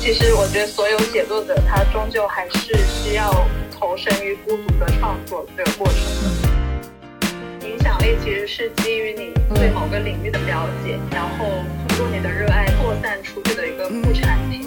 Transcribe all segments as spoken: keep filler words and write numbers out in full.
其实我觉得所有写作者他终究还是需要投身于孤独的创作这个过程的。影响力其实是基于你对某个领域的了解，然后通过你的热爱扩散出去的一个副产品。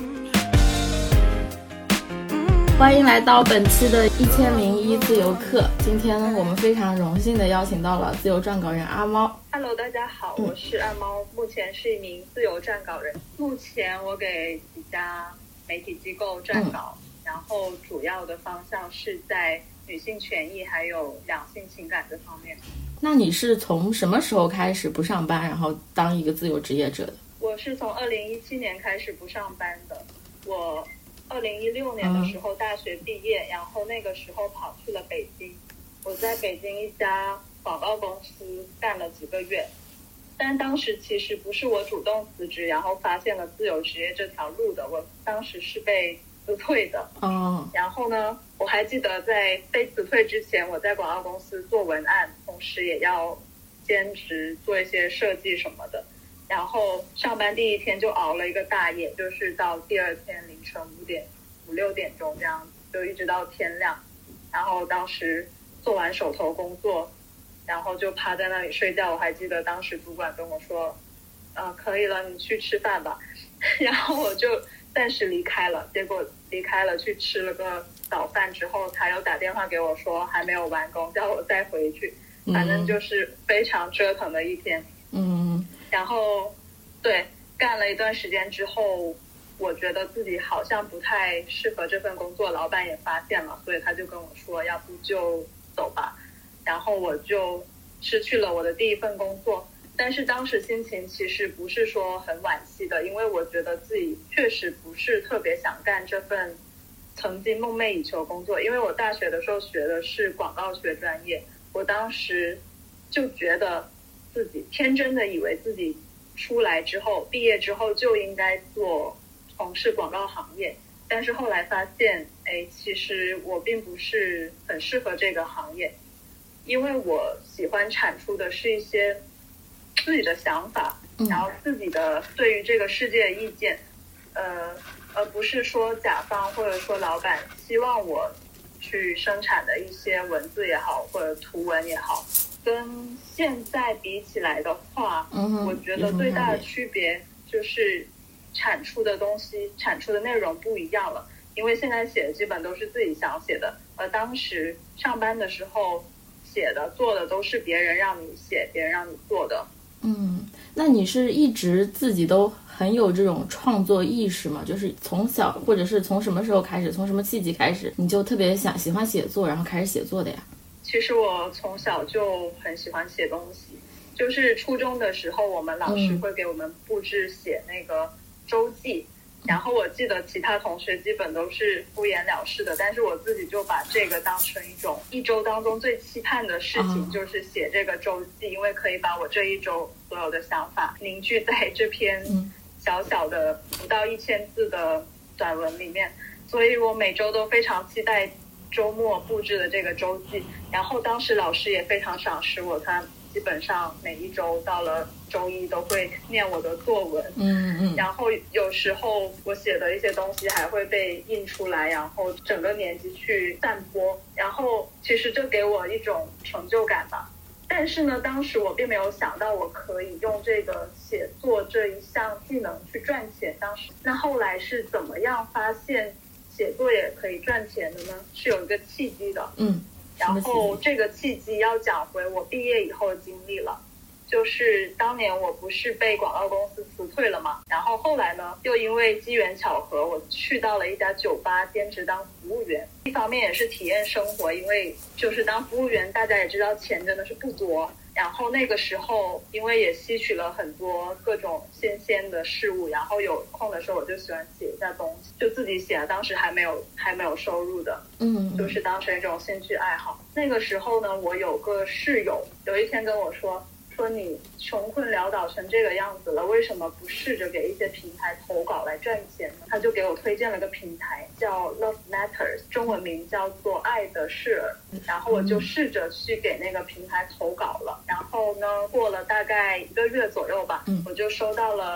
欢迎来到本期的一千零一自由课。今天我们非常荣幸的邀请到了自由撰稿人阿猫。 Hello， 大家好，我是阿猫，目前是一名自由撰稿人。目前我给几家媒体机构撰稿，嗯、然后主要的方向是在女性权益还有两性情感这方面。 那你是从什么时候开始不上班，然后当一个自由职业者的？ 我是从二零一七年开始不上班的。我二零一六年的时候大学毕业，嗯、然后那个时候跑去了北京。我在北京一家广告公司干了几个月，但当时其实不是我主动辞职，然后发现了自由职业这条路的。我当时是被辞退的。 哦。 然后呢，我还记得在被辞退之前，我在广告公司做文案，同时也要兼职做一些设计什么的。然后上班第一天就熬了一个大夜，就是到第二天凌晨五点五六点钟这样子，就一直到天亮。然后当时做完手头工作，然后就趴在那里睡觉。我还记得当时主管跟我说，呃，可以了，你去吃饭吧。然后我就暂时离开了。结果离开了去吃了个早饭之后，他又打电话给我说还没有完工，叫我再回去。反正就是非常折腾的一天。 嗯。 然后对，干了一段时间之后，我觉得自己好像不太适合这份工作，老板也发现了，所以他就跟我说要不就走吧。然后我就失去了我的第一份工作。但是当时心情其实不是说很惋惜的，因为我觉得自己确实不是特别想干这份曾经梦寐以求工作。因为我大学的时候学的是广告学专业，我当时就觉得自己天真的以为自己出来之后毕业之后就应该做从事广告行业。但是后来发现，哎，其实我并不是很适合这个行业，因为我喜欢产出的是一些自己的想法，然后自己的对于这个世界的意见，呃，而不是说甲方或者说老板希望我去生产的一些文字也好，或者图文也好。跟现在比起来的话， 嗯、 我觉得最大的区别就是产出的东西产出的内容不一样了。因为现在写的基本都是自己想写的，而当时上班的时候写的做的都是别人让你写别人让你做的。 嗯，那你是一直自己都很有这种创作意识吗？就是从小或者是从什么时候开始，从什么契机开始你就特别想喜欢写作然后开始写作的呀？ 其实我从小就很喜欢写东西，就是初中的时候我们老师会给我们布置写那个周记、嗯、然后我记得其他同学基本都是敷衍了事的，但是我自己就把这个当成一种一周当中最期盼的事情、嗯、就是写这个周记，因为可以把我这一周所有的想法凝聚在这篇小小的不到一千字的短文里面，所以我每周都非常期待周末布置的这个周记。然后当时老师也非常赏识我，他基本上每一周到了周一都会念我的作文。 嗯嗯。 然后有时候我写的一些东西还会被印出来，然后整个年级去散播，然后其实这给我一种成就感吧。但是呢，当时我并没有想到我可以用这个写作这一项技能去赚钱。当时那后来是怎么样发现写作也可以赚钱的呢？是有一个契机的。 嗯， 然后这个契机要讲回我毕业以后的经历了。就是当年我不是被广告公司辞退了嘛，然后后来呢又因为机缘巧合我去到了一家酒吧兼职当服务员。一方面也是体验生活，因为就是当服务员大家也知道钱真的是不多，然后那个时候因为也吸取了很多各种新鲜的事物，然后有空的时候我就喜欢写一下东西，就自己写，当时还没有还没有收入的。 嗯， 就是当成一种兴趣爱好。那个时候呢，我有个室友有一天跟我说说你穷困潦倒成这个样子了，为什么不试着给一些平台投稿来赚钱呢？他就给我推荐了个平台叫 Love Matters， 中文名叫做爱的事儿。然后我就试着去给那个平台投稿了，然后呢过了大概一个月左右吧，我就收到了平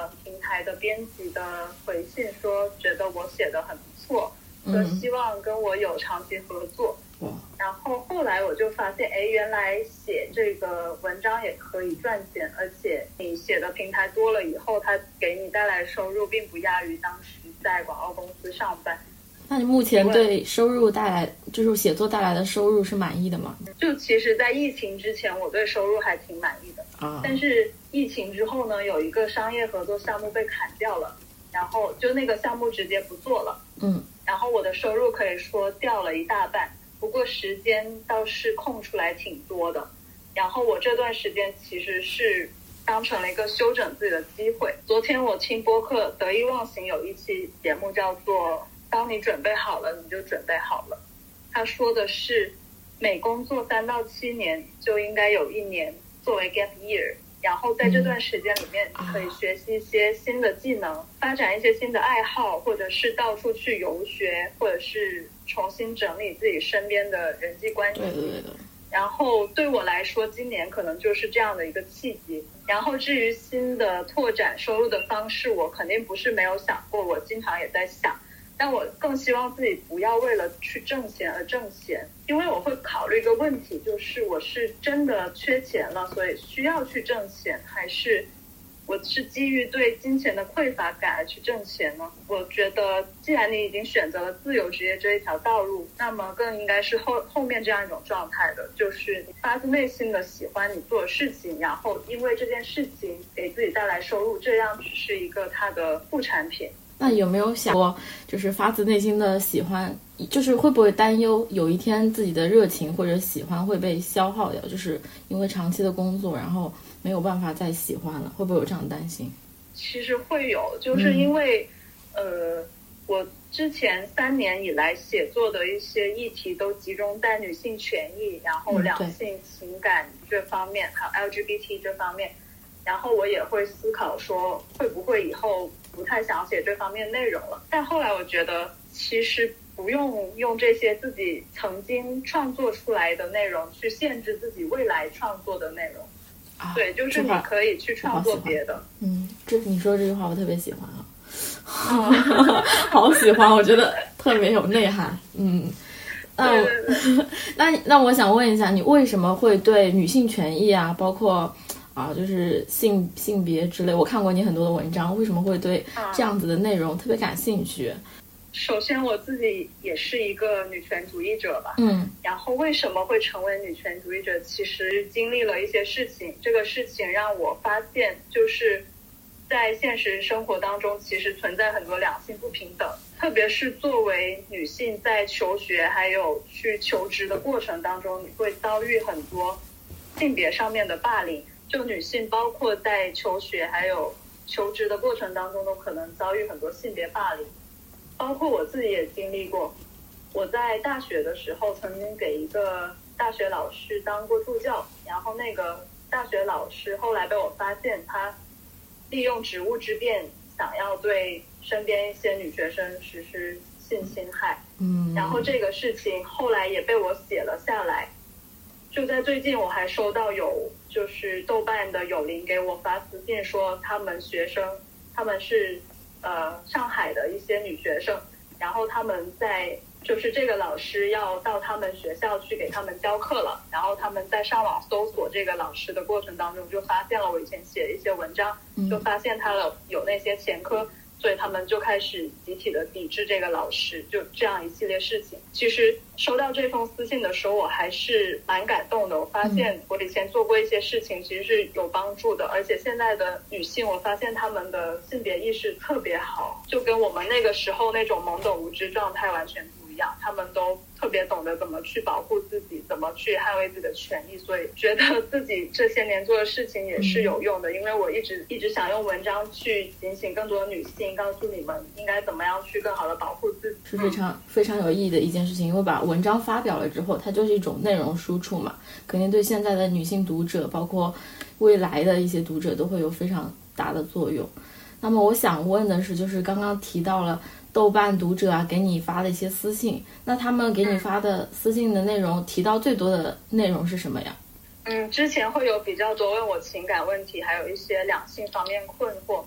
台的编辑的回信说觉得我写的很不错，说希望跟我有长期合作。 嗯、 然后后来我就发现，哎，原来写这个文章也可以赚钱，而且你写的平台多了以后，它给你带来的收入并不亚于当时在广告公司上班。 那你目前对收入带来，就是写作带来的收入是满意的吗？ 就其实在疫情之前我对收入还挺满意的、啊、但是疫情之后呢，有一个商业合作项目被砍掉了，然后就那个项目直接不做了， 嗯， 然后我的收入可以说掉了一大半，不过时间倒是空出来挺多的。然后我这段时间其实是当成了一个休整自己的机会。昨天我听播客得意忘形有一期节目叫做当你准备好了你就准备好了，他说的是每工作三到七年就应该有一年作为 gap year， 然后在这段时间里面可以学习一些新的技能、嗯、发展一些新的爱好，或者是到处去游学，或者是重新整理自己身边的人际关系。 对对对。 然后对我来说今年可能就是这样的一个契机。然后至于新的拓展收入的方式，我肯定不是没有想过，我经常也在想，但我更希望自己不要为了去挣钱而挣钱，因为我会考虑一个问题，就是我是真的缺钱了所以需要去挣钱，还是我是基于对金钱的匮乏感而去挣钱呢？我觉得既然你已经选择了自由职业这一条道路，那么更应该是后后面这样一种状态的，就是你发自内心的喜欢你做的事情，然后因为这件事情给自己带来收入，这样只是一个它的副产品。 那有没有想过，就是发自内心的喜欢，就是会不会担忧有一天自己的热情或者喜欢会被消耗掉，就是因为长期的工作然后没有办法再喜欢了，会不会有这样的担心？ 其实会有，就是因为、嗯、呃，我之前三年以来写作的一些议题都集中在女性权益，然后两性情感这方面、嗯、还有 L G B T 这方面，然后我也会思考说会不会以后不太想写这方面内容了。但后来我觉得其实不用用这些自己曾经创作出来的内容去限制自己未来创作的内容、啊、对，就是你可以去创作别的。 嗯，这你说这句话我特别喜欢啊，好喜欢，我觉得特别有内涵。嗯，那我对对对那那我想问一下，你为什么会对女性权益啊，包括啊，就是性性别之类，我看过你很多的文章，为什么会对这样子的内容特别感兴趣？ 首先我自己也是一个女权主义者吧， 嗯， 然后为什么会成为女权主义者，其实经历了一些事情，这个事情让我发现，就是在现实生活当中其实存在很多两性不平等，特别是作为女性在求学还有去求职的过程当中，你会遭遇很多性别上面的霸凌，就女性包括在求学还有求职的过程当中都可能遭遇很多性别霸凌，包括我自己也经历过。我在大学的时候曾经给一个大学老师当过助教，然后那个大学老师后来被我发现他利用职务之便想要对身边一些女学生实施性侵害， 嗯， 然后这个事情后来也被我写了下来。就在最近我还收到有就是豆瓣的友邻给我发私信说他们学生他们是呃上海的一些女学生，然后他们在就是这个老师要到他们学校去给他们教课了，然后他们在上网搜索这个老师的过程当中就发现了我以前写的一些文章，就发现他的有那些前科，所以他们就开始集体的抵制这个老师，就这样一系列事情。其实收到这封私信的时候我还是蛮感动的，我发现我以前做过一些事情其实是有帮助的，而且现在的女性我发现她们的性别意识特别好，就跟我们那个时候那种懵懂无知状态完全不一样，她们都特别懂得怎么去保护自己，怎么去捍卫自己的权益，所以觉得自己这些年做的事情也是有用的、嗯、因为我一直一直想用文章去警醒更多的女性，告诉你们应该怎么样去更好的保护自己， 是非常、嗯、非常有意义的一件事情。因为把文章发表了之后它就是一种内容输出嘛，肯定对现在的女性读者包括未来的一些读者都会有非常大的作用。那么我想问的是，就是刚刚提到了豆瓣读者啊给你发的一些私信，那他们给你发的私信的内容提到最多的内容是什么呀？ 嗯，之前会有比较多问我情感问题，还有一些两性方面困惑，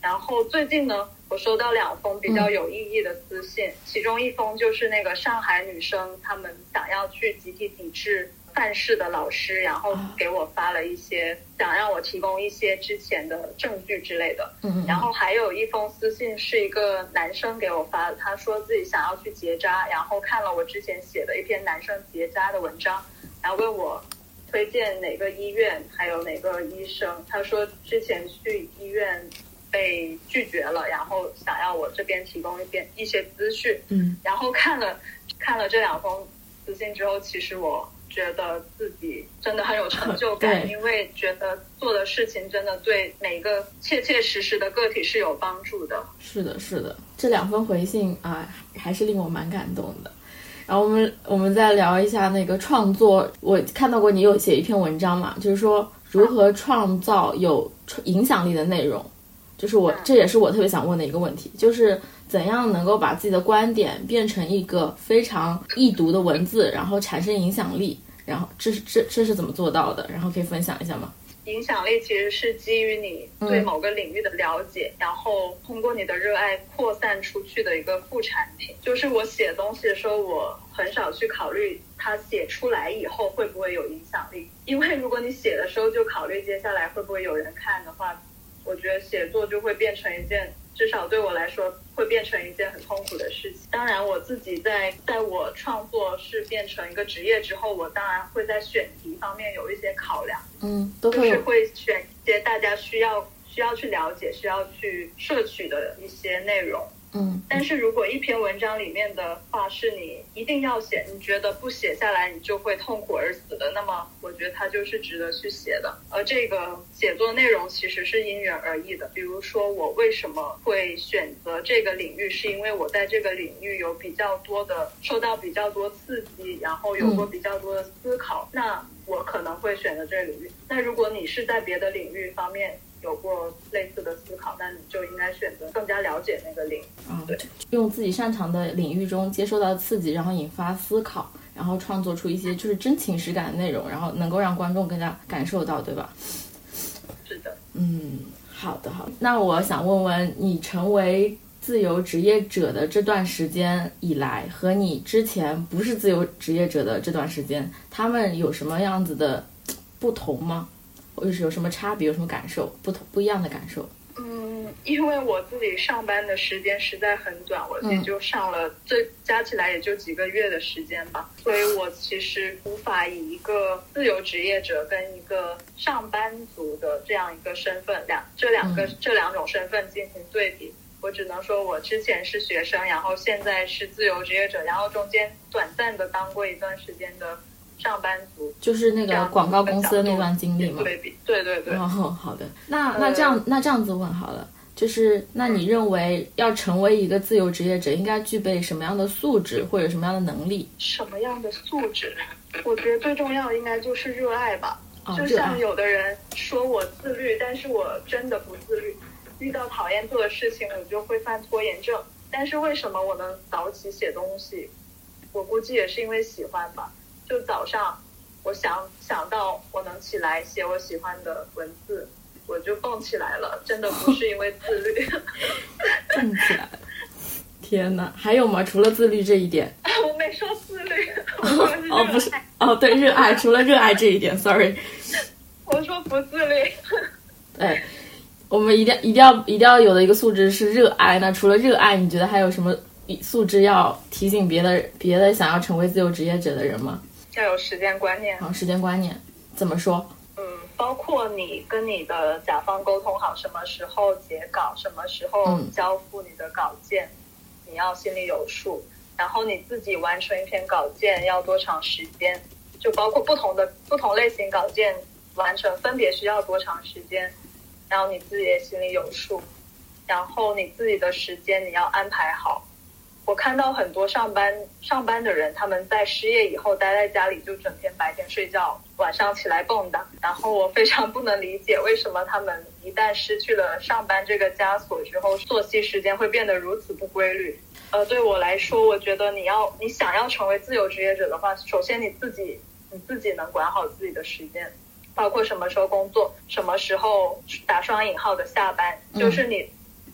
然后最近呢，我收到两封比较有意义的私信，嗯、其中一封就是那个上海女生，她们想要去集体抵制范式的老师，然后给我发了一些，想让我提供一些之前的证据之类的。 嗯， 然后还有一封私信是一个男生给我发的，他说自己想要去结扎，然后看了我之前写的一篇男生结扎的文章，然后问我推荐哪个医院，还有哪个医生。他说之前去医院被拒绝了，然后想要我这边提供一边一些资讯。 嗯， 然后看了看了这两封私信之后，其实我觉得自己真的很有成就感，因为觉得做的事情真的对每个切切实实的个体是有帮助的。 是的，是的，这两封回信啊，还是令我蛮感动的。然后我们我们再聊一下那个创作，我看到过你有写一篇文章嘛，就是说如何创造有影响力的内容。就是我，这也是我特别想问的一个问题，就是怎样能够把自己的观点变成一个非常易读的文字，然后产生影响力，然后这是这这是怎么做到的？然后可以分享一下吗？ 影响力其实是基于你对某个领域的了解，嗯、然后通过你的热爱扩散出去的一个副产品。就是我写东西的时候，我很少去考虑它写出来以后会不会有影响力，因为如果你写的时候就考虑接下来会不会有人看的话，我觉得写作就会变成一件，至少对我来说会变成一件很痛苦的事情。当然我自己在在我创作是变成一个职业之后，我当然会在选题方面有一些考量， 嗯，都会有， 就是会选一些大家需要需要去了解、需要去摄取的一些内容。 嗯， 但是如果一篇文章里面的话是你一定要写，你觉得不写下来你就会痛苦而死的，那么我觉得它就是值得去写的。而这个写作内容其实是因人而异的，比如说我为什么会选择这个领域，是因为我在这个领域有比较多的受到比较多刺激，然后有过比较多的思考，嗯、那我可能会选择这个领域。那如果你是在别的领域方面有过类似的思考，那你就应该选择更加了解那个领域。 嗯，对，用自己擅长的领域中接受到刺激，然后引发思考，然后创作出一些就是真情实感的内容，然后能够让观众更加感受到，对吧？ 是的。 嗯，好的好的。那我想问问你，成为自由职业者的这段时间以来，和你之前不是自由职业者的这段时间，他们有什么样子的不同吗？或者是有什么差别，有什么感受，不同不一样的感受？ 嗯，因为我自己上班的时间实在很短，我也就上了、嗯、这加起来也就几个月的时间吧，所以我其实无法以一个自由职业者跟一个上班族的这样一个身份，两这两个、嗯、这两种身份进行对比。我只能说我之前是学生，然后现在是自由职业者，然后中间短暂的当过一段时间的上班族， 就是那个广告公司的那段经历嘛。 对对对对。 哦，好的。那那这样、呃、那这样子问好了，就是那你认为要成为一个自由职业者，应该具备什么样的素质或者什么样的能力？ 什么样的素质？我觉得最重要的应该就是热爱吧。 哦、 就像有的人说我自律，但是我真的不自律。遇到讨厌做的事情，我就会犯拖延症。但是为什么我能早起写东西？我估计也是因为喜欢吧。就早上我想想到我能起来写我喜欢的文字，我就蹦起来了，真的不是因为自律。 蹦起来了，天哪！还有吗？除了自律这一点？ 我没说自律，我说是热爱。 哦，不是，哦，对，热爱。除了热爱这一点 ，sorry， 我说不自律。 对，我们一定一定要一定要有的一个素质是热爱。那除了热爱，你觉得还有什么素质要提醒别的别的想要成为自由职业者的人吗？ 要有时间观念。 好，时间观念怎么说？ 嗯，包括你跟你的甲方沟通好什么时候截稿，什么时候交付你的稿件，嗯、你要心里有数。然后你自己完成一篇稿件要多长时间，就包括不同的不同类型稿件完成分别需要多长时间，然后你自己也心里有数。然后你自己的时间你要安排好。我看到很多上班上班的人，他们在失业以后待在家里就整天白天睡觉，晚上起来蹦跶。然后我非常不能理解为什么他们一旦失去了上班这个枷锁之后，作息时间会变得如此不规律。呃，对我来说，我觉得你要你想要成为自由职业者的话，首先你自己你自己能管好自己的时间，包括什么时候工作，什么时候打双引号的下班，就是你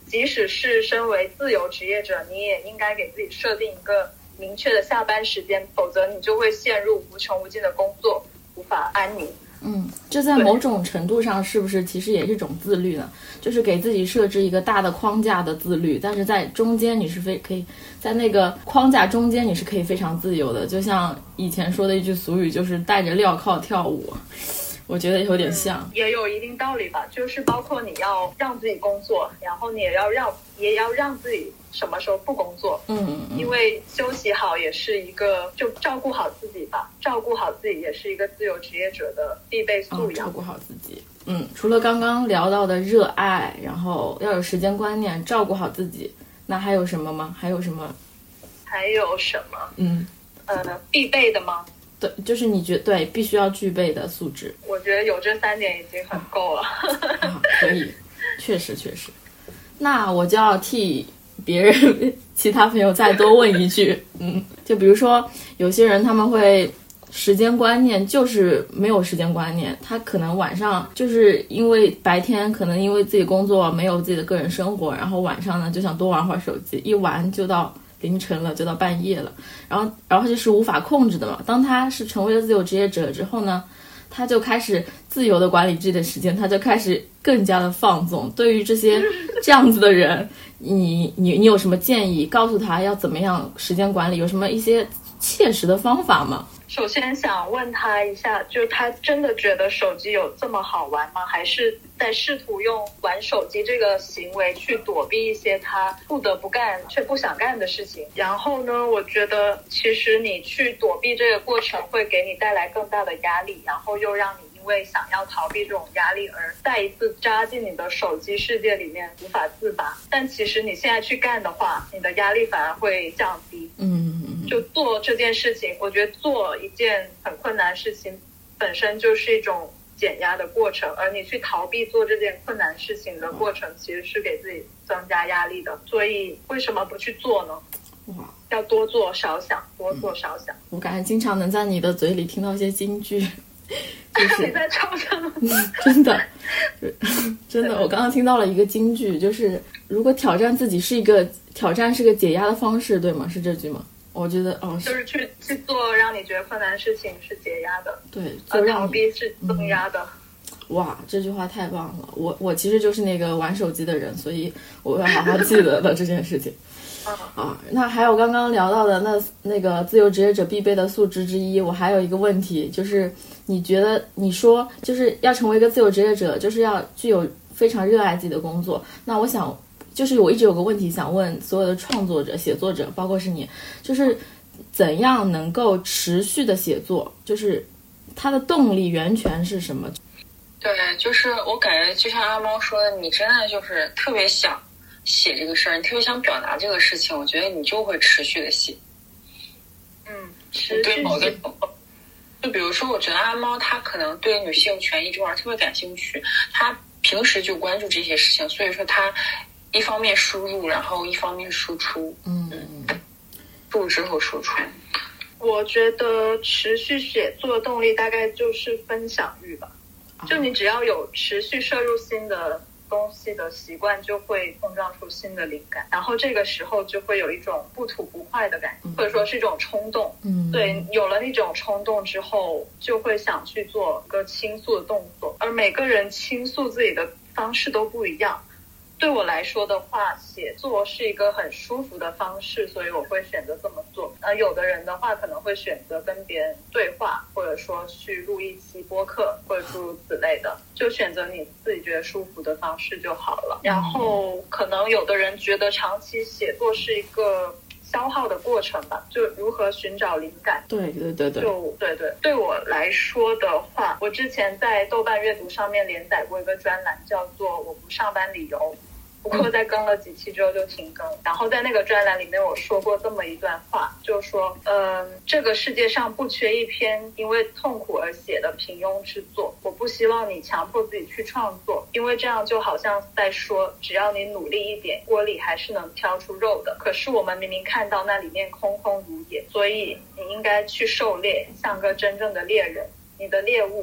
即使是身为自由职业者，你也应该给自己设定一个明确的下班时间，否则你就会陷入无穷无尽的工作，无法安宁。 嗯，这在某种程度上是不是其实也是一种自律呢？就是给自己设置一个大的框架的自律，但是在中间你是非可以在那个框架中间你是可以非常自由的，就像以前说的一句俗语，就是带着镣铐跳舞。我觉得有点像、 嗯、也有一定道理吧，就是包括你要让自己工作，然后你也要让也要让自己什么时候不工作。 嗯嗯， 因为休息好也是一个，就照顾好自己吧，照顾好自己也是一个自由职业者的必备素养、 哦、照顾好自己。嗯，除了刚刚聊到的热爱，然后要有时间观念，照顾好自己，那还有什么吗？还有什么？ 还有什么？ 嗯呃，必备的吗？ 对，就是你觉得对必须要具备的素质。 我觉得有这三点已经很够了。 啊，可以，确实确实。那我就要替别人其他朋友再多问一句，嗯，就比如说有些人他们会时间观念就是没有时间观念，他可能晚上就是因为白天可能因为自己工作没有自己的个人生活，然后晚上呢就想多玩会儿手机，一玩就到凌晨了，就到半夜了，然后然后就是无法控制的嘛。当他是成为了自由职业者之后呢，他就开始自由的管理自己的时间，他就开始更加的放纵。对于这些这样子的人，你你你有什么建议？告诉他要怎么样时间管理，有什么一些切实的方法吗？ 首先想问他一下，就他真的觉得手机有这么好玩吗？还是在试图用玩手机这个行为去躲避一些他不得不干却不想干的事情？然后呢，我觉得其实你去躲避这个过程会给你带来更大的压力，然后又让你因为想要逃避这种压力而再一次扎进你的手机世界里面无法自拔。但其实你现在去干的话，你的压力反而会降低。 嗯， 就做这件事情，我觉得做一件很困难的事情本身就是一种减压的过程，而你去逃避做这件困难事情的过程其实是给自己增加压力的。所以为什么不去做呢？ 哇， 要多做少想，多做少想、嗯、 我感觉经常能在你的嘴里听到一些金句。就是你在嘲笑吗？ 真的真的，我刚刚听到了一个金句，就是如果挑战自己是一个挑战是个解压的方式，对吗？是这句吗？我觉得哦， 就是去去做让你觉得困难的事情是解压的， 对， 而逃避是增压的、 嗯、哇，这句话太棒了。我我其实就是那个玩手机的人，所以我要好好记得的这件事情。啊，那还有刚刚聊到的那那个自由职业者必备的素质之一，我还有一个问题，就是你觉得你说就是要成为一个自由职业者，就是要具有非常热爱自己的工作。那我想就是我一直有个问题想问所有的创作者、写作者，包括是你，就是怎样能够持续的写作，就是它的动力源泉是什么？ 对，就是我感觉就像阿猫说的，你真的就是特别想写这个事儿，你特别想表达这个事情，我觉得你就会持续的写。 嗯，持续对某个，就比如说，我觉得阿猫他可能对女性权益这块特别感兴趣，他平时就关注这些事情，所以说他一方面输入，然后一方面输出。 嗯， 输入之后输出。 我觉得持续写作的动力大概就是分享欲吧，就你只要有持续摄入新的东西的习惯，就会碰撞出新的灵感，然后这个时候就会有一种不吐不快的感觉、嗯、或者说是一种冲动。 嗯， 对，有了那种冲动之后就会想去做个倾诉的动作，而每个人倾诉自己的方式都不一样。对我来说的话，写作是一个很舒服的方式，所以我会选择这么做。呃，有的人的话可能会选择跟别人对话，或者说去录一期播客，或者诸如此类的，就选择你自己觉得舒服的方式就好了。然后可能有的人觉得长期写作是一个消耗的过程吧，就如何寻找灵感。 对对对对， 就对对，对我来说的话，我之前在豆瓣阅读上面连载过一个专栏，叫做《我不上班理由》。不过在更了几期之后就停更，然后在那个专栏里面我说过这么一段话，就说嗯，这个世界上不缺一篇因为痛苦而写的平庸之作，我不希望你强迫自己去创作，因为这样就好像在说只要你努力一点，锅里还是能挑出肉的，可是我们明明看到那里面空空如也，所以你应该去狩猎，像个真正的猎人，你的猎物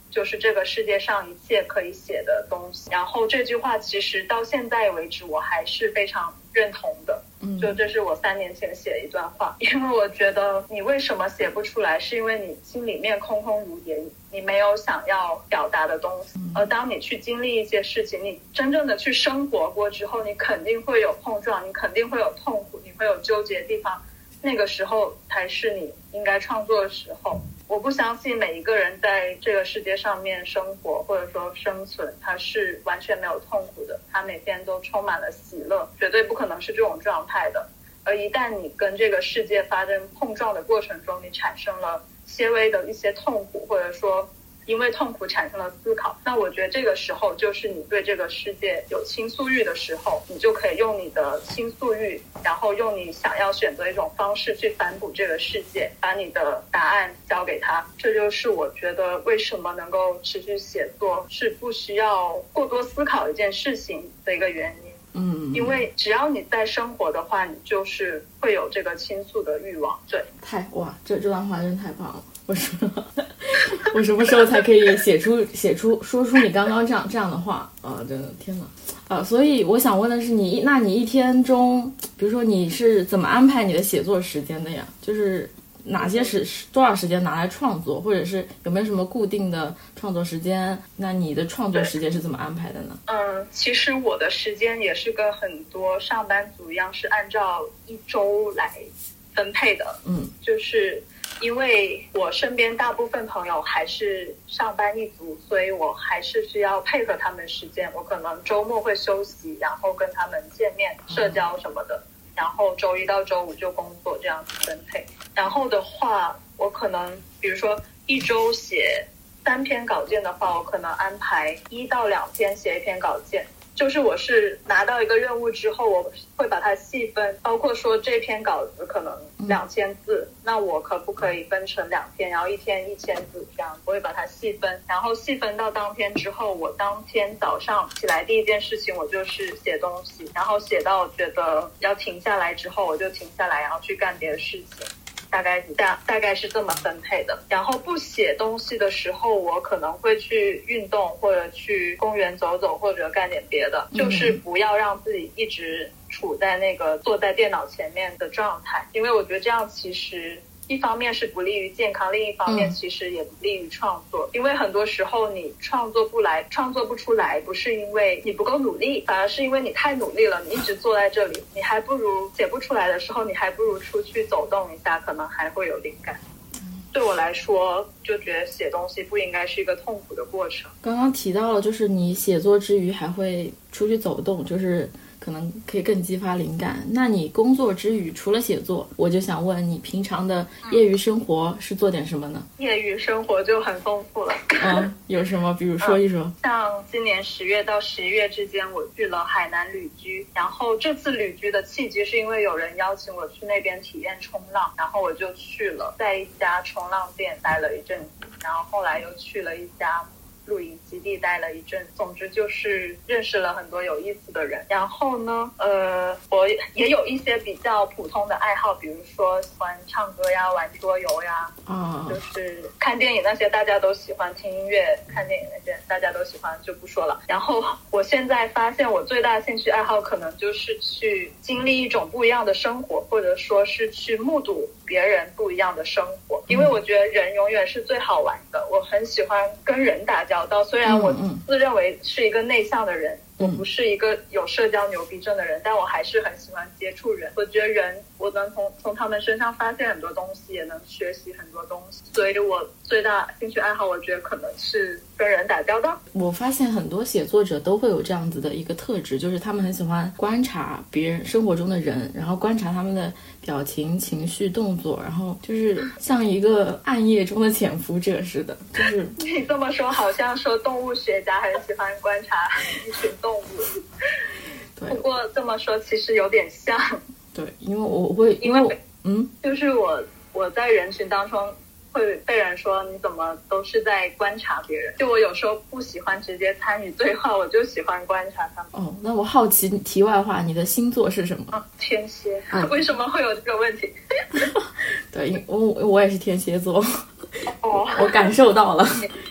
就是这个世界上一切可以写的东西。然后这句话其实到现在为止我还是非常认同的，就这是我三年前写的一段话。因为我觉得你为什么写不出来，是因为你心里面空空如也，你没有想要表达的东西。而当你去经历一些事情，你真正的去生活过之后，你肯定会有碰撞，你肯定会有痛苦，你会有纠结的地方，那个时候才是你应该创作的时候。我不相信每一个人在这个世界上面生活或者说生存他是完全没有痛苦的，他每天都充满了喜乐，绝对不可能是这种状态的。而一旦你跟这个世界发生碰撞的过程中，你产生了些微的一些痛苦，或者说因为痛苦产生了思考，那我觉得这个时候就是你对这个世界有倾诉欲的时候，你就可以用你的倾诉欲，然后用你想要选择一种方式去反哺这个世界，把你的答案交给他。这就是我觉得为什么能够持续写作是不需要过多思考一件事情的一个原因。 嗯， 因为只要你在生活的话，你就是会有这个倾诉的欲望。对， 太哇，这这段话真太棒了！我说，我什么时候才可以写出写出说出你刚刚这样这样的话啊？真的天哪！啊，所以我想问的是你，那你一天中，比如说你是怎么安排你的写作时间的呀？就是哪些时多少时间拿来创作，或者是有没有什么固定的创作时间？那你的创作时间是怎么安排的呢？ 嗯，其实我的时间也是跟很多上班族一样，是按照一周来分配的。 嗯， 就是因为我身边大部分朋友还是上班一族，所以我还是需要配合他们时间。我可能周末会休息，然后跟他们见面、社交什么的。嗯，然后周一到周五就工作，这样子分配。然后的话，我可能比如说一周写三篇稿件的话，我可能安排一到两天写一篇稿件。就是我是拿到一个任务之后，我会把它细分，包括说这篇稿子可能两千字，嗯，那我可不可以分成两天，然后一天一千字这样，我会把它细分。然后细分到当天之后，我当天早上起来第一件事情我就是写东西，然后写到觉得要停下来之后，我就停下来，然后去干别的事情。大概大大概是这么分配的。然后不写东西的时候，我可能会去运动，或者去公园走走，或者干点别的，就是不要让自己一直处在那个坐在电脑前面的状态，因为我觉得这样其实一方面是不利于健康，另一方面其实也不利于创作。嗯，因为很多时候你创作不来创作不出来，不是因为你不够努力，反而是因为你太努力了，你一直坐在这里，你还不如写不出来的时候，你还不如出去走动一下，可能还会有灵感。对我来说，就觉得写东西不应该是一个痛苦的过程。 刚刚提到了，就是你写作之余还会出去走动，就是可能可以更激发灵感。那你工作之余除了写作，我就想问你平常的业余生活是做点什么呢？ 业余生活就很丰富了。 嗯，有什么？比如说一说。 嗯，像今年十月到十一月之间，我去了海南旅居。然后这次旅居的契机是因为有人邀请我去那边体验冲浪，然后我就去了，在一家冲浪店待了一阵子，然后后来又去了一家露营基地待了一阵，总之就是认识了很多有意思的人。然后呢，呃，我也有一些比较普通的爱好，比如说喜欢唱歌呀、玩桌游呀， 啊、 oh. 就是看电影那些大家都喜欢，听音乐、看电影那些大家都喜欢，就不说了。然后我现在发现我最大的兴趣爱好可能就是去经历一种不一样的生活，或者说是去目睹别人不一样的生活，因为我觉得人永远是最好玩的。我很喜欢跟人打交道，虽然我自认为是一个内向的人，我不是一个有社交牛逼症的人，但我还是很喜欢接触人。我觉得人，我能从从他们身上发现很多东西，也能学习很多东西。所以我最大兴趣爱好，我觉得可能是跟人打交道。 我发现很多写作者都会有这样子的一个特质，就是他们很喜欢观察别人生活中的人，然后观察他们的表情、情绪、动作，然后就是像一个暗夜中的潜伏者似的。就是你这么说，好像说动物学家很喜欢观察一群动物。 对， 不过这么说其实有点像。 对，因为我会，因为嗯， 就是我我在人群当中会被人说你怎么都是在观察别人，就我有时候不喜欢直接参与对话，我就喜欢观察他们。 哦，那我好奇题外话，你的星座是什么？ 啊，天蝎。嗯、为什么会有这个问题？ 对，我我也是天蝎座。 哦， 我感受到了。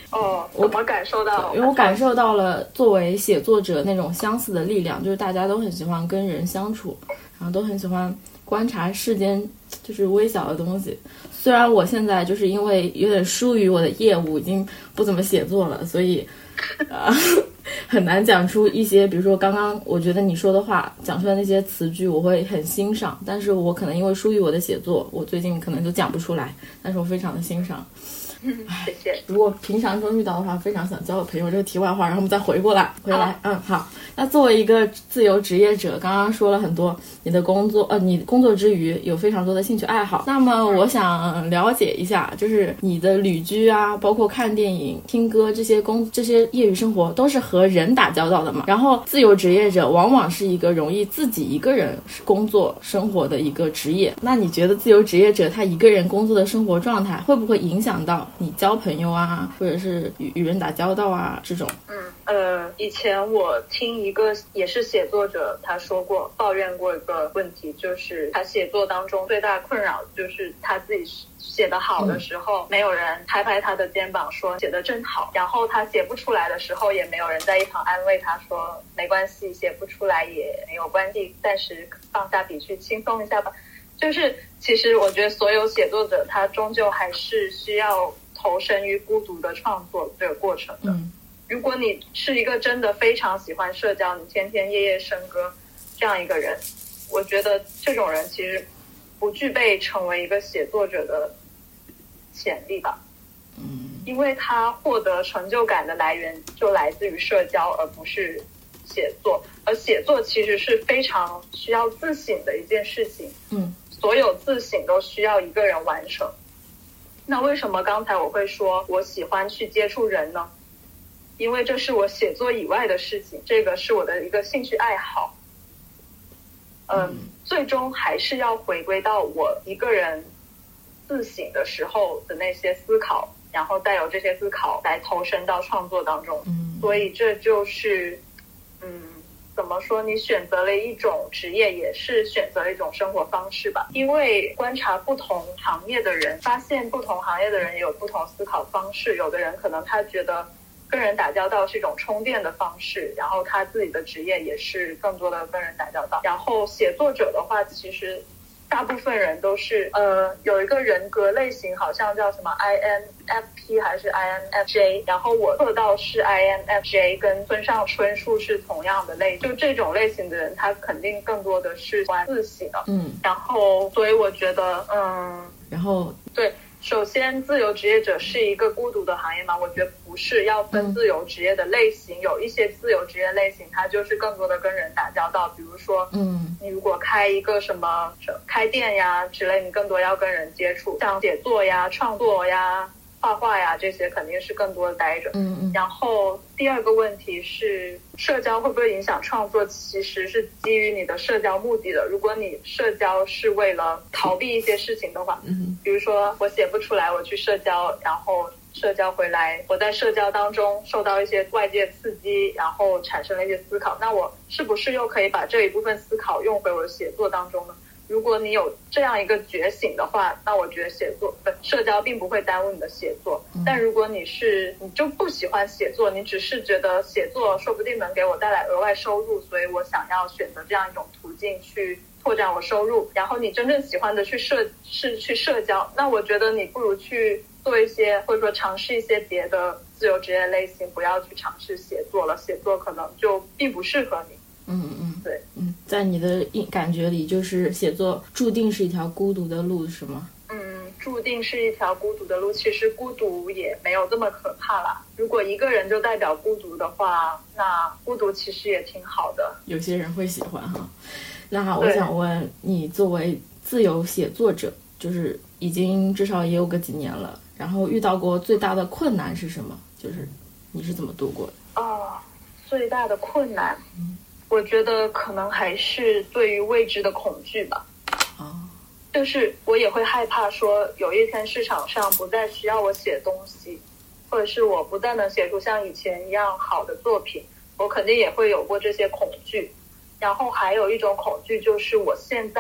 哦，我怎么感受到？ 因为我感受到了作为写作者那种相似的力量，就是大家都很喜欢跟人相处，然后都很喜欢观察世间就是微小的东西。虽然我现在就是因为有点疏于我的业务，已经不怎么写作了，所以呃很难讲出一些，比如说刚刚我觉得你说的话讲出来那些词句我会很欣赏，但是我可能因为疏于我的写作，我最近可能就讲不出来，但是我非常的欣赏。 嗯，谢谢。 如果平常中遇到的话，非常想交个朋友。这个题外话，然后我们再回过来，回来，嗯，好。那作为一个自由职业者，刚刚说了很多你的工作，呃，你工作之余有非常多的兴趣爱好。那么我想了解一下，就是你的旅居啊，包括看电影、听歌这些工这些业余生活，都是和人打交道的嘛？然后自由职业者往往是一个容易自己一个人工作生活的一个职业。那你觉得自由职业者他一个人工作的生活状态会不会影响到你交朋友啊，或者是与与人打交道啊这种？ 嗯呃，以前我听一个也是写作者，他说过抱怨过一个问题，就是他写作当中最大的困扰就是他自己写得好的时候，嗯、没有人拍拍他的肩膀说写得真好，然后他写不出来的时候，也没有人在一旁安慰他说没关系，写不出来也没有关系，暂时放下笔去轻松一下吧。就是其实我觉得所有写作者他终究还是需要投身于孤独的创作这个过程的。嗯，如果你是一个真的非常喜欢社交，你天天夜夜笙歌这样一个人，我觉得这种人其实不具备成为一个写作者的潜力吧。嗯，因为他获得成就感的来源就来自于社交，而不是写作。而写作其实是非常需要自省的一件事情。嗯，所有自省都需要一个人完成。那为什么刚才我会说我喜欢去接触人呢？因为这是我写作以外的事情，这个是我的一个兴趣爱好。嗯，嗯最终还是要回归到我一个人自省的时候的那些思考，然后再由这些思考来投身到创作当中。嗯，所以这就是嗯怎么说，你选择了一种职业，也是选择了一种生活方式吧。因为观察不同行业的人，发现不同行业的人也有不同思考方式。有的人可能他觉得跟人打交道是一种充电的方式，然后他自己的职业也是更多的跟人打交道。然后写作者的话，其实大部分人都是呃有一个人格类型，好像叫什么 I N F P 还是 I N F J， 然后我测到是 I N F J， 跟村上春树是同样的类型。就这种类型的人，他肯定更多的是关自省的。嗯，然后所以我觉得嗯， 然后对。首先，自由职业者是一个孤独的行业吗？我觉得不是，要分自由职业的类型。嗯、有一些自由职业类型，它就是更多的跟人打交道。比如说，嗯，你如果开一个什么开店呀之类，你更多要跟人接触，像写作呀、创作呀、画画呀这些，肯定是更多的待着。嗯嗯。然后第二个问题是，社交会不会影响创作？其实是基于你的社交目的的。如果你社交是为了逃避一些事情的话，嗯，比如说我写不出来，我去社交，然后社交回来，我在社交当中受到一些外界刺激，然后产生了一些思考，那我是不是又可以把这一部分思考用回我的写作当中呢？如果你有这样一个觉醒的话，那我觉得写作不社交并不会耽误你的写作。嗯、但如果你是你就不喜欢写作，你只是觉得写作说不定能给我带来额外收入，所以我想要选择这样一种途径去拓展我收入。然后你真正喜欢的去社是去社交，那我觉得你不如去做一些或者说尝试一些别的自由职业类型，不要去尝试写作了，写作可能就并不适合你。 嗯嗯， 对， 嗯，在你的感觉里，就是写作注定是一条孤独的路，是吗？ 嗯，注定是一条孤独的路。其实孤独也没有这么可怕啦。如果一个人就代表孤独的话，那孤独其实也挺好的。 有些人会喜欢哈。那我想问你，作为自由写作者，就是已经至少也有个几年了，然后遇到过最大的困难是什么？就是你是怎么度过的？ 哦，最大的困难。嗯，我觉得可能还是对于未知的恐惧吧。哦，就是我也会害怕说有一天市场上不再需要我写东西，或者是我不再能写出像以前一样好的作品，我肯定也会有过这些恐惧。然后还有一种恐惧就是我现在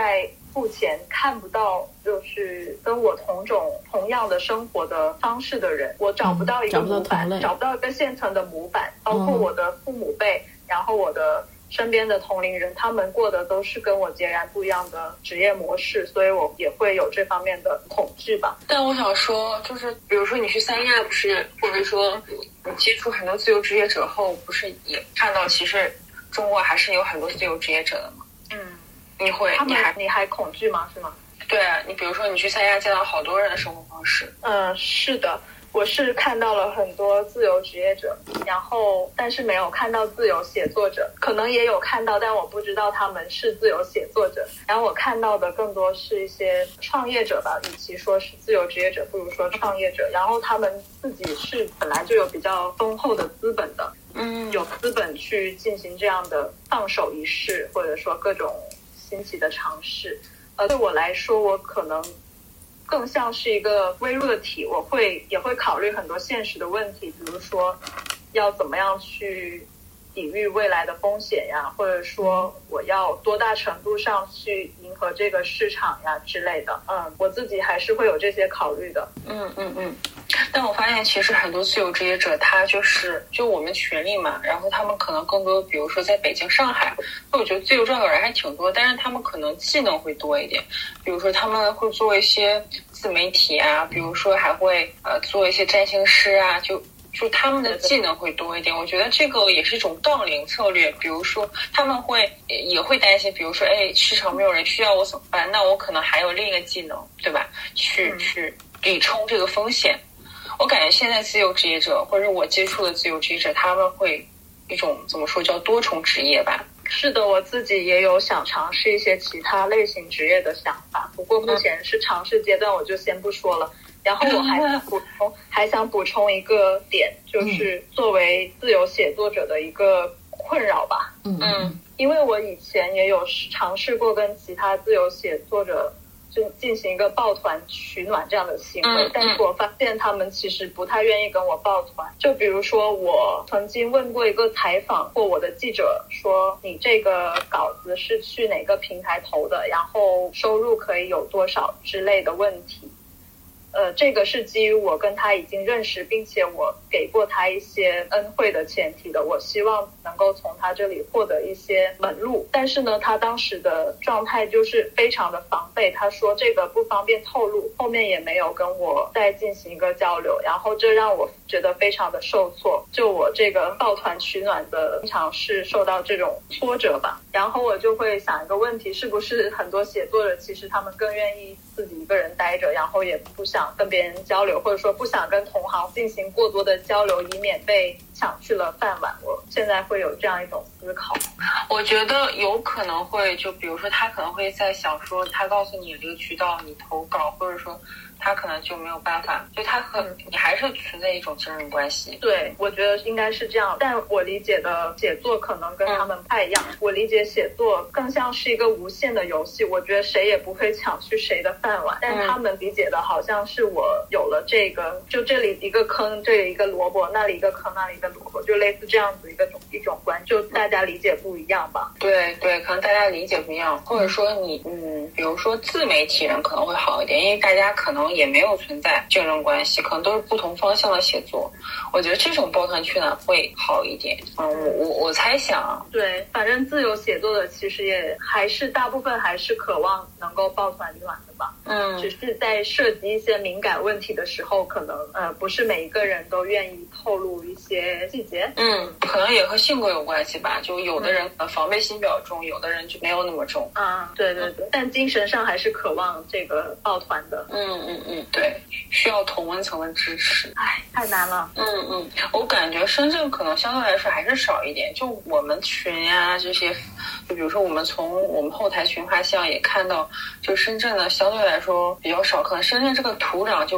目前看不到就是跟我同种同样的生活的方式的人，我找不到一个模板， 嗯、 找不到一个现成的模板，包括我的父母辈、嗯、然后我的身边的同龄人，他们过的都是跟我截然不一样的职业模式，所以我也会有这方面的恐惧吧。 但我想说，就是比如说你去三亚，不是，或者说你接触很多自由职业者后，不是也看到其实中国还是有很多自由职业者的吗？ 嗯， 你会， 他们你还你还恐惧吗？是吗？ 对啊，你比如说你去三亚见到好多人的生活方式。 嗯，是的。我是看到了很多自由职业者，然后但是没有看到自由写作者，可能也有看到，但我不知道他们是自由写作者。然后我看到的更多是一些创业者吧，与其说是自由职业者，不如说创业者。然后他们自己是本来就有比较丰厚的资本的， 嗯， 有资本去进行这样的放手一试，或者说各种新奇的尝试。呃，对我来说，我可能更像是一个微弱的体，我会也会考虑很多现实的问题，比如说要怎么样去抵御未来的风险呀，或者说我要多大程度上去迎合这个市场呀之类的。嗯，我自己还是会有这些考虑的。 嗯嗯嗯。但我发现其实很多自由职业者他就是就我们群里嘛，然后他们可能更多比如说在北京上海，我觉得自由撰稿人还挺多，但是他们可能技能会多一点，比如说他们会做一些自媒体啊，比如说还会呃做一些占星师啊，就就他们的技能会多一点。我觉得这个也是一种杠铃策略，比如说他们会也会担心，比如说哎市场没有人需要我怎么办，那我可能还有另一个技能，对吧，去、嗯、去抵冲这个风险。我感觉现在自由职业者或者我接触的自由职业者，他们会一种怎么说叫多重职业吧。 是的，我自己也有想尝试一些其他类型职业的想法，不过目前是尝试阶段，我就先不说了。然后我还想补充，还想补充一个点，就是作为自由写作者的一个困扰吧。 嗯嗯， 因为我以前也有尝试过跟其他自由写作者就进行一个抱团取暖这样的行为、嗯、但是我发现他们其实不太愿意跟我抱团。就比如说我曾经问过一个采访或我的记者说，你这个稿子是去哪个平台投的，然后收入可以有多少之类的问题。呃，这个是基于我跟他已经认识，并且我给过他一些恩惠的前提的，我希望能够从他这里获得一些门路。但是呢，他当时的状态就是非常的防备，他说这个不方便透露，后面也没有跟我再进行一个交流，然后这让我觉得非常的受挫。就我这个抱团取暖的经常是受到这种挫折吧。然后我就会想一个问题，是不是很多写作者其实他们更愿意自己一个人待着，然后也不想跟别人交流，或者说不想跟同行进行过多的交流，以免被抢去了饭碗。我现在会有这样一种思考。 我觉得有可能会，就比如说他可能会在想说，他告诉你这个渠道你投稿，或者说他可能就没有办法，就他和你还是存在一种竞争关系。 对，我觉得应该是这样。但我理解的写作可能跟他们不太一样、嗯、我理解写作更像是一个无限的游戏，我觉得谁也不会抢去谁的饭碗、嗯、但他们理解的好像是我有了这个，就这里一个坑，这里一个萝卜，那里一个坑，那里一个萝卜，就类似这样子一个种一种关，就大家理解不一样吧。 对对，可能大家理解不一样，或者说你嗯，比如说自媒体人可能会好一点，因为大家可能也没有存在竞争关系，可能都是不同方向的写作，我觉得这种抱团取暖会好一点。嗯，我我我猜想， 对，反正自由写作的其实也还是大部分还是渴望能够抱团取暖的吧。 嗯， 只是在涉及一些敏感问题的时候，可能呃不是每一个人都愿意透露一些细节。 嗯，可能也和性格有关系吧，就有的人可能防备心比较重，有的人就没有那么重。 啊，对对对，但精神上还是渴望这个抱团的。 嗯嗯嗯，对，需要同温层的支持。 唉，太难了。 嗯嗯，我感觉深圳可能相对来说还是少一点，就我们群呀、啊、这些，就比如说我们从我们后台群画像也看到，就深圳呢相对来说比较少，可能深圳这个土壤就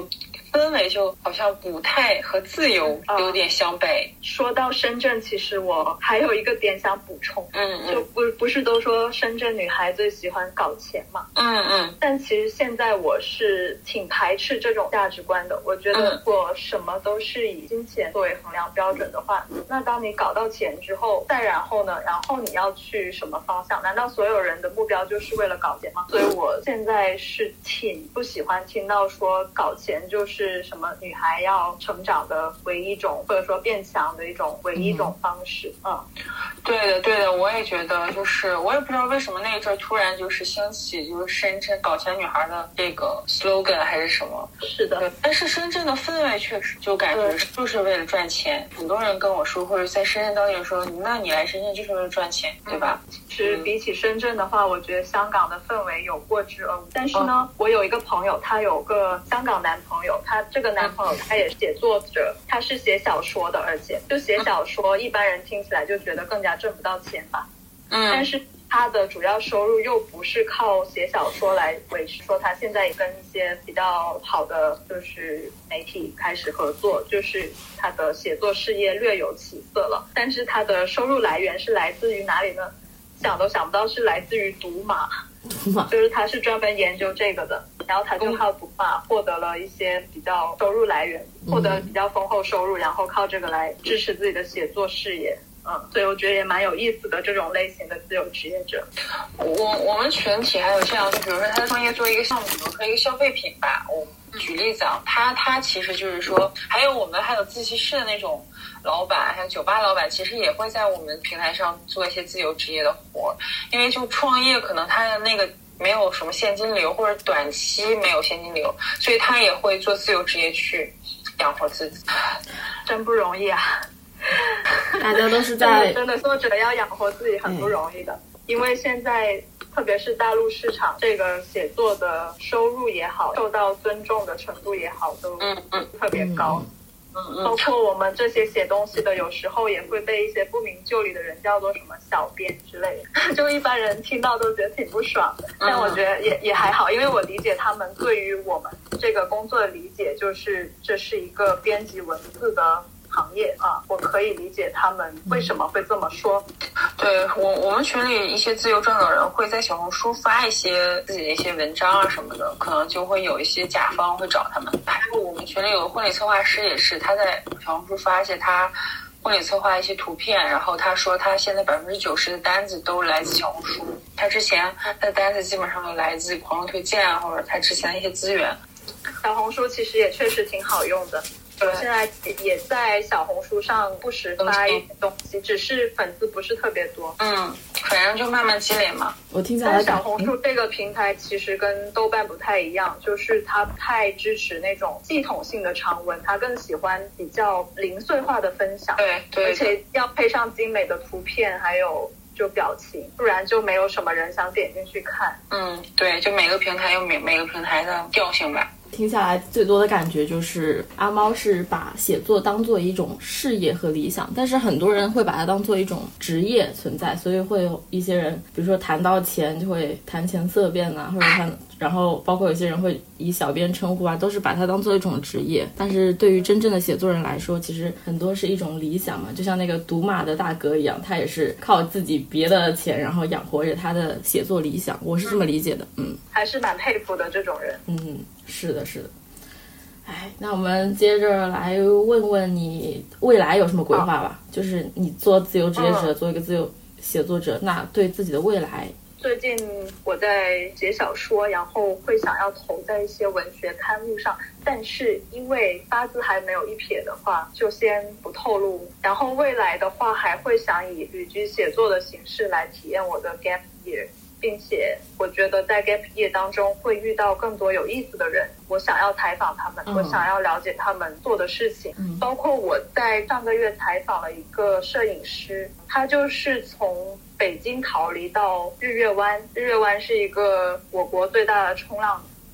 氛围就好像不太和自由有点相悖。 嗯、说到深圳，其实我还有一个点想补充， 嗯嗯， 就不不是都说深圳女孩最喜欢搞钱嘛， 嗯嗯， 但其实现在我是挺排斥这种价值观的。我觉得如果什么都是以金钱作为衡量标准的话，那当你搞到钱之后，再然后呢，然后你要去什么方向？难道所有人的目标就是为了搞钱吗？所以我现在是挺不喜欢听到说搞钱就是什么女孩要成长的唯一种，或者说变强的一种唯一种方式。嗯， 对的对的，我也觉得，就是我也不知道为什么那一阵突然就是兴起就是深圳搞钱女孩的这个 slogan 还是什么。 是的， 但是深圳的氛围确实就感觉就是为了赚钱。很多人跟我说，或者在深圳当地说，那你来深圳就是为了赚钱，对吧？ 其实比起深圳的话，我觉得香港的氛围有过之而无。但是呢，我有一个朋友，他有个香港男朋友，他这个男朋友他也是写作者，他是写小说的，而且就写小说，一般人听起来就觉得更加挣不到钱吧。 嗯， 但是他的主要收入又不是靠写小说来维持，说他现在也跟一些比较好的就是媒体开始合作，就是他的写作事业略有起色了。但是他的收入来源是来自于哪里呢？想都想不到，是来自于赌马。 赌马就是他是专门研究这个的，然后他就靠赌马获得了一些比较收入来源，获得比较丰厚收入，然后靠这个来支持自己的写作事业。嗯，所以我觉得也蛮有意思的这种类型的自由职业者。 我我们群体还有这样，就比如说他创业做一个项目，比如说一个消费品吧，我举例子啊，他他其实就是说，还有我们还有自习室的那种老板，还有酒吧老板，其实也会在我们平台上做一些自由职业的活，因为就创业可能他的那个没有什么现金流，或者短期没有现金流，所以他也会做自由职业去养活自己， 真不容易啊。 大家都是在真的作者要养活自己很不容易的，因为现在特别是大陆市场，这个写作的收入也好，受到尊重的程度也好，都特别高。 嗯嗯， 包括我们这些写东西的，有时候也会被一些不明就里的人叫做什么小编之类的，就一般人听到都觉得挺不爽的。但我觉得也也还好，因为我理解他们对于我们这个工作的理解，就是这是一个编辑文字的行业啊，我可以理解他们为什么会这么说。 对，我我们群里一些自由撰稿人会在小红书发一些自己的一些文章啊什么的，可能就会有一些甲方会找他们。还有我们群里有个婚礼策划师，也是他在小红书发一些他婚礼策划一些图片，然后他说他现在百分之九十的单子都来自小红书，他之前他的单子基本上都来自朋友推荐啊，或者他之前的一些资源。 小红书其实也确实挺好用的。我现在也在小红书上不时发一些东西，只是粉丝不是特别多。 嗯，反正就慢慢积累嘛。 我听起来， 但小红书这个平台其实跟豆瓣不太一样，就是它不太支持那种系统性的长文，它更喜欢比较零碎化的分享。 对对， 而且要配上精美的图片，还有就表情，不然就没有什么人想点进去看。 嗯，对，就每个平台有每每个平台的调性吧。 听下来最多的感觉就是阿猫是把写作当做一种事业和理想，但是很多人会把它当做一种职业存在，所以会有一些人比如说谈到钱就会谈钱色变啊，或者谈然后包括有些人会以小编称呼啊，都是把它当做一种职业。但是对于真正的写作人来说，其实很多是一种理想嘛，就像那个赌马的大哥一样，他也是靠自己别的钱然后养活着他的写作理想，我是这么理解的。嗯， 还是蛮佩服的这种人。 嗯，是的是的。哎，那我们接着来问问你未来有什么规划吧？就是你做自由职业者，做一个自由写作者，那对自己的未来， 最近我在写小说，然后会想要投在一些文学刊物上，但是因为八字还没有一撇的话，就先不透露。然后未来的话，还会想以旅居写作的形式来体验我的 gap year， 并且我觉得在 gap year 当中会遇到更多有意思的人，我想要采访他们，嗯、我想要了解他们做的事情，嗯、包括我在上个月采访了一个摄影师，他就是从北京逃离到日月湾，日月湾是一个我国最大的冲浪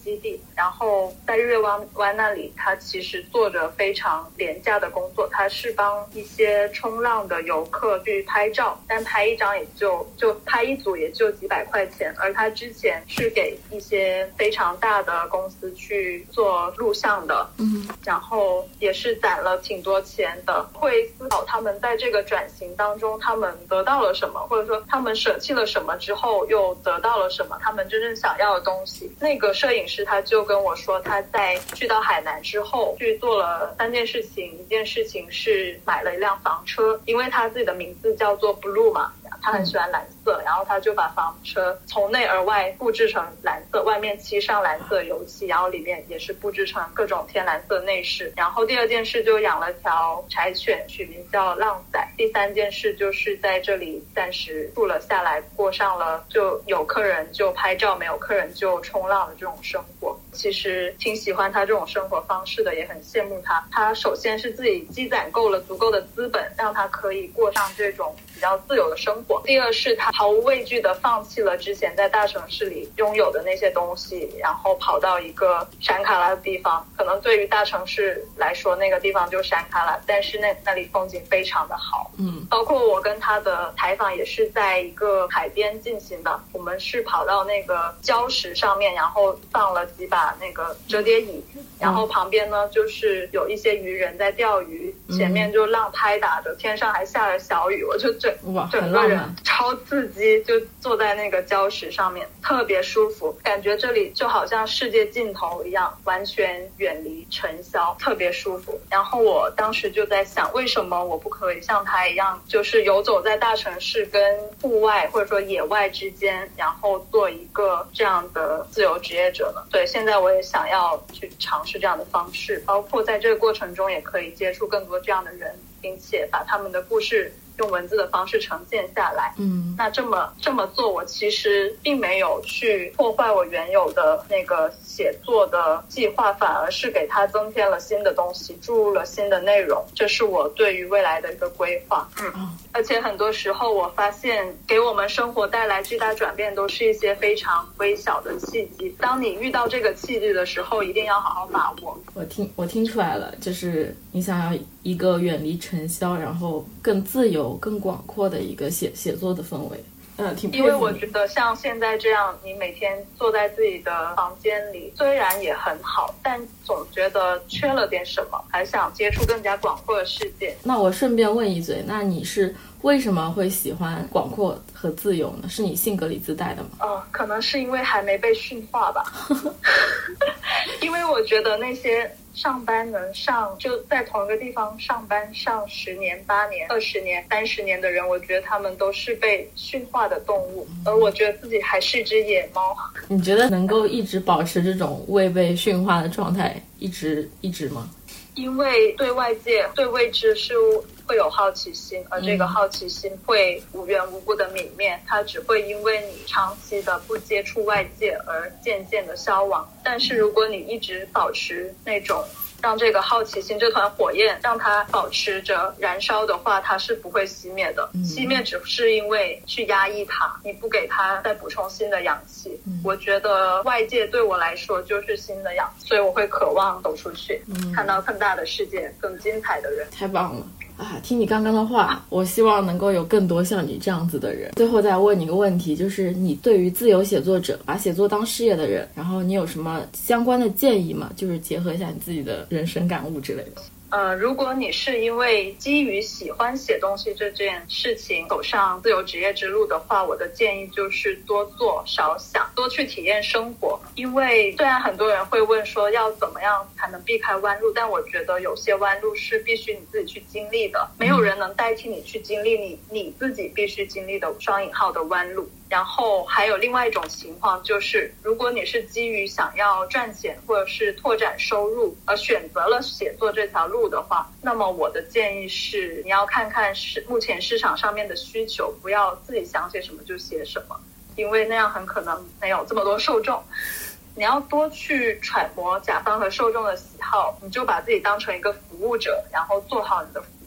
基地，然后在日月湾湾那里，他其实做着非常廉价的工作，他是帮一些冲浪的游客去拍照，但拍一张也就就拍一组也就几百块钱，而他之前是给一些非常大的公司去做录像的， 嗯， 然后也是攒了挺多钱的，会思考他们在这个转型当中他们得到了什么，或者说他们舍弃了什么之后又得到了什么，他们真正想要的东西。那个摄影师他就跟我说，他在去到海南之后去做了三件事情，一件事情是买了一辆房车，因为他自己的名字叫做 Blue 嘛，他很喜欢蓝色，然后他就把房车从内而外布置成蓝色，外面漆上蓝色油漆，然后里面也是布置成各种天蓝色内饰。然后第二件事就养了条柴犬，取名叫浪仔。第三件事就是在这里暂时住了下来，过上了就有客人就拍照，没有客人就冲浪的这种生活。其实挺喜欢他这种生活方式的，也很羡慕他。他首先是自己积攒够了足够的资本，让他可以过上这种比较自由的生活。第二是他毫无畏惧的放弃了之前在大城市里拥有的那些东西，然后跑到一个山卡拉的地方。可能对于大城市来说那个地方就山卡拉，但是那那里风景非常的好。 嗯， 包括我跟他的采访也是在一个海边进行的，我们是跑到那个礁石上面，然后放了几把那个折叠椅，然后旁边呢就是有一些渔人在钓鱼，前面就浪拍打着，天上还下了小雨，我就整整个人超刺激，就坐在那个礁石上面，特别舒服，感觉这里就好像世界尽头一样，完全远离尘嚣，特别舒服。然后我当时就在想，为什么我不可以像他一样，就是游走在大城市跟户外或者说野外之间，然后做一个这样的自由职业者呢？对，现在我也想要去尝试这样的方式，包括在这个过程中也可以接触更多这样的人，并且把他们的故事用文字的方式呈现下来。 嗯， 那这么这么做，我其实并没有去破坏我原有的那个写作的计划，反而是给它增添了新的东西，注入了新的内容。这是我对于未来的一个规划。嗯，而且很多时候我发现，给我们生活带来巨大转变，都是一些非常微小的契机。当你遇到这个契机的时候，一定要好好把握。 我听我听出来了，就是你想要一个远离尘嚣，然后更自由、更广阔的一个写写作的氛围。嗯，挺因为我觉得像现在这样，你每天坐在自己的房间里，虽然也很好，但总觉得缺了点什么，还想接触更加广阔的世界。 那我顺便问一嘴，那你是为什么会喜欢广阔和自由呢？是你性格里自带的吗？ 呃，可能是因为还没被驯化吧。因为我觉得那些上班能上就在同一个地方上班上十年、八年、二十年、三十年的人，我觉得他们都是被驯化的动物，而我觉得自己还是一只野猫。 你觉得能够一直保持这种未被驯化的状态，一直一直吗？ 因为对外界、对未知事物会有好奇心，而这个好奇心会无缘无故的泯灭，它只会因为你长期的不接触外界而渐渐的消亡。但是如果你一直保持那种让这个好奇心这团火焰让它保持着燃烧的话，它是不会熄灭的。熄灭只是因为去压抑它，你不给它再补充新的氧气。我觉得外界对我来说就是新的氧气，所以我会渴望走出去，看到更大的世界，更精彩的人。 太棒了啊！听你刚刚的话，我希望能够有更多像你这样子的人。最后再问你一个问题，就是你对于自由写作者、把写作当事业的人，然后你有什么相关的建议吗？就是结合一下你自己的人生感悟之类的。 呃，如果你是因为基于喜欢写东西这件事情走上自由职业之路的话，我的建议就是多做少想，多去体验生活。因为虽然很多人会问说要怎么样才能避开弯路，但我觉得有些弯路是必须你自己去经历的，没有人能代替你去经历你你自己必须经历的双引号的弯路。然后还有另外一种情况，就是如果你是基于想要赚钱或者是拓展收入而选择了写作这条路的话，那么我的建议是你要看看是目前市场上面的需求，不要自己想写什么就写什么，因为那样很可能没有这么多受众。你要多去揣摩甲方和受众的喜好，你就把自己当成一个服务者，然后做好你的服务。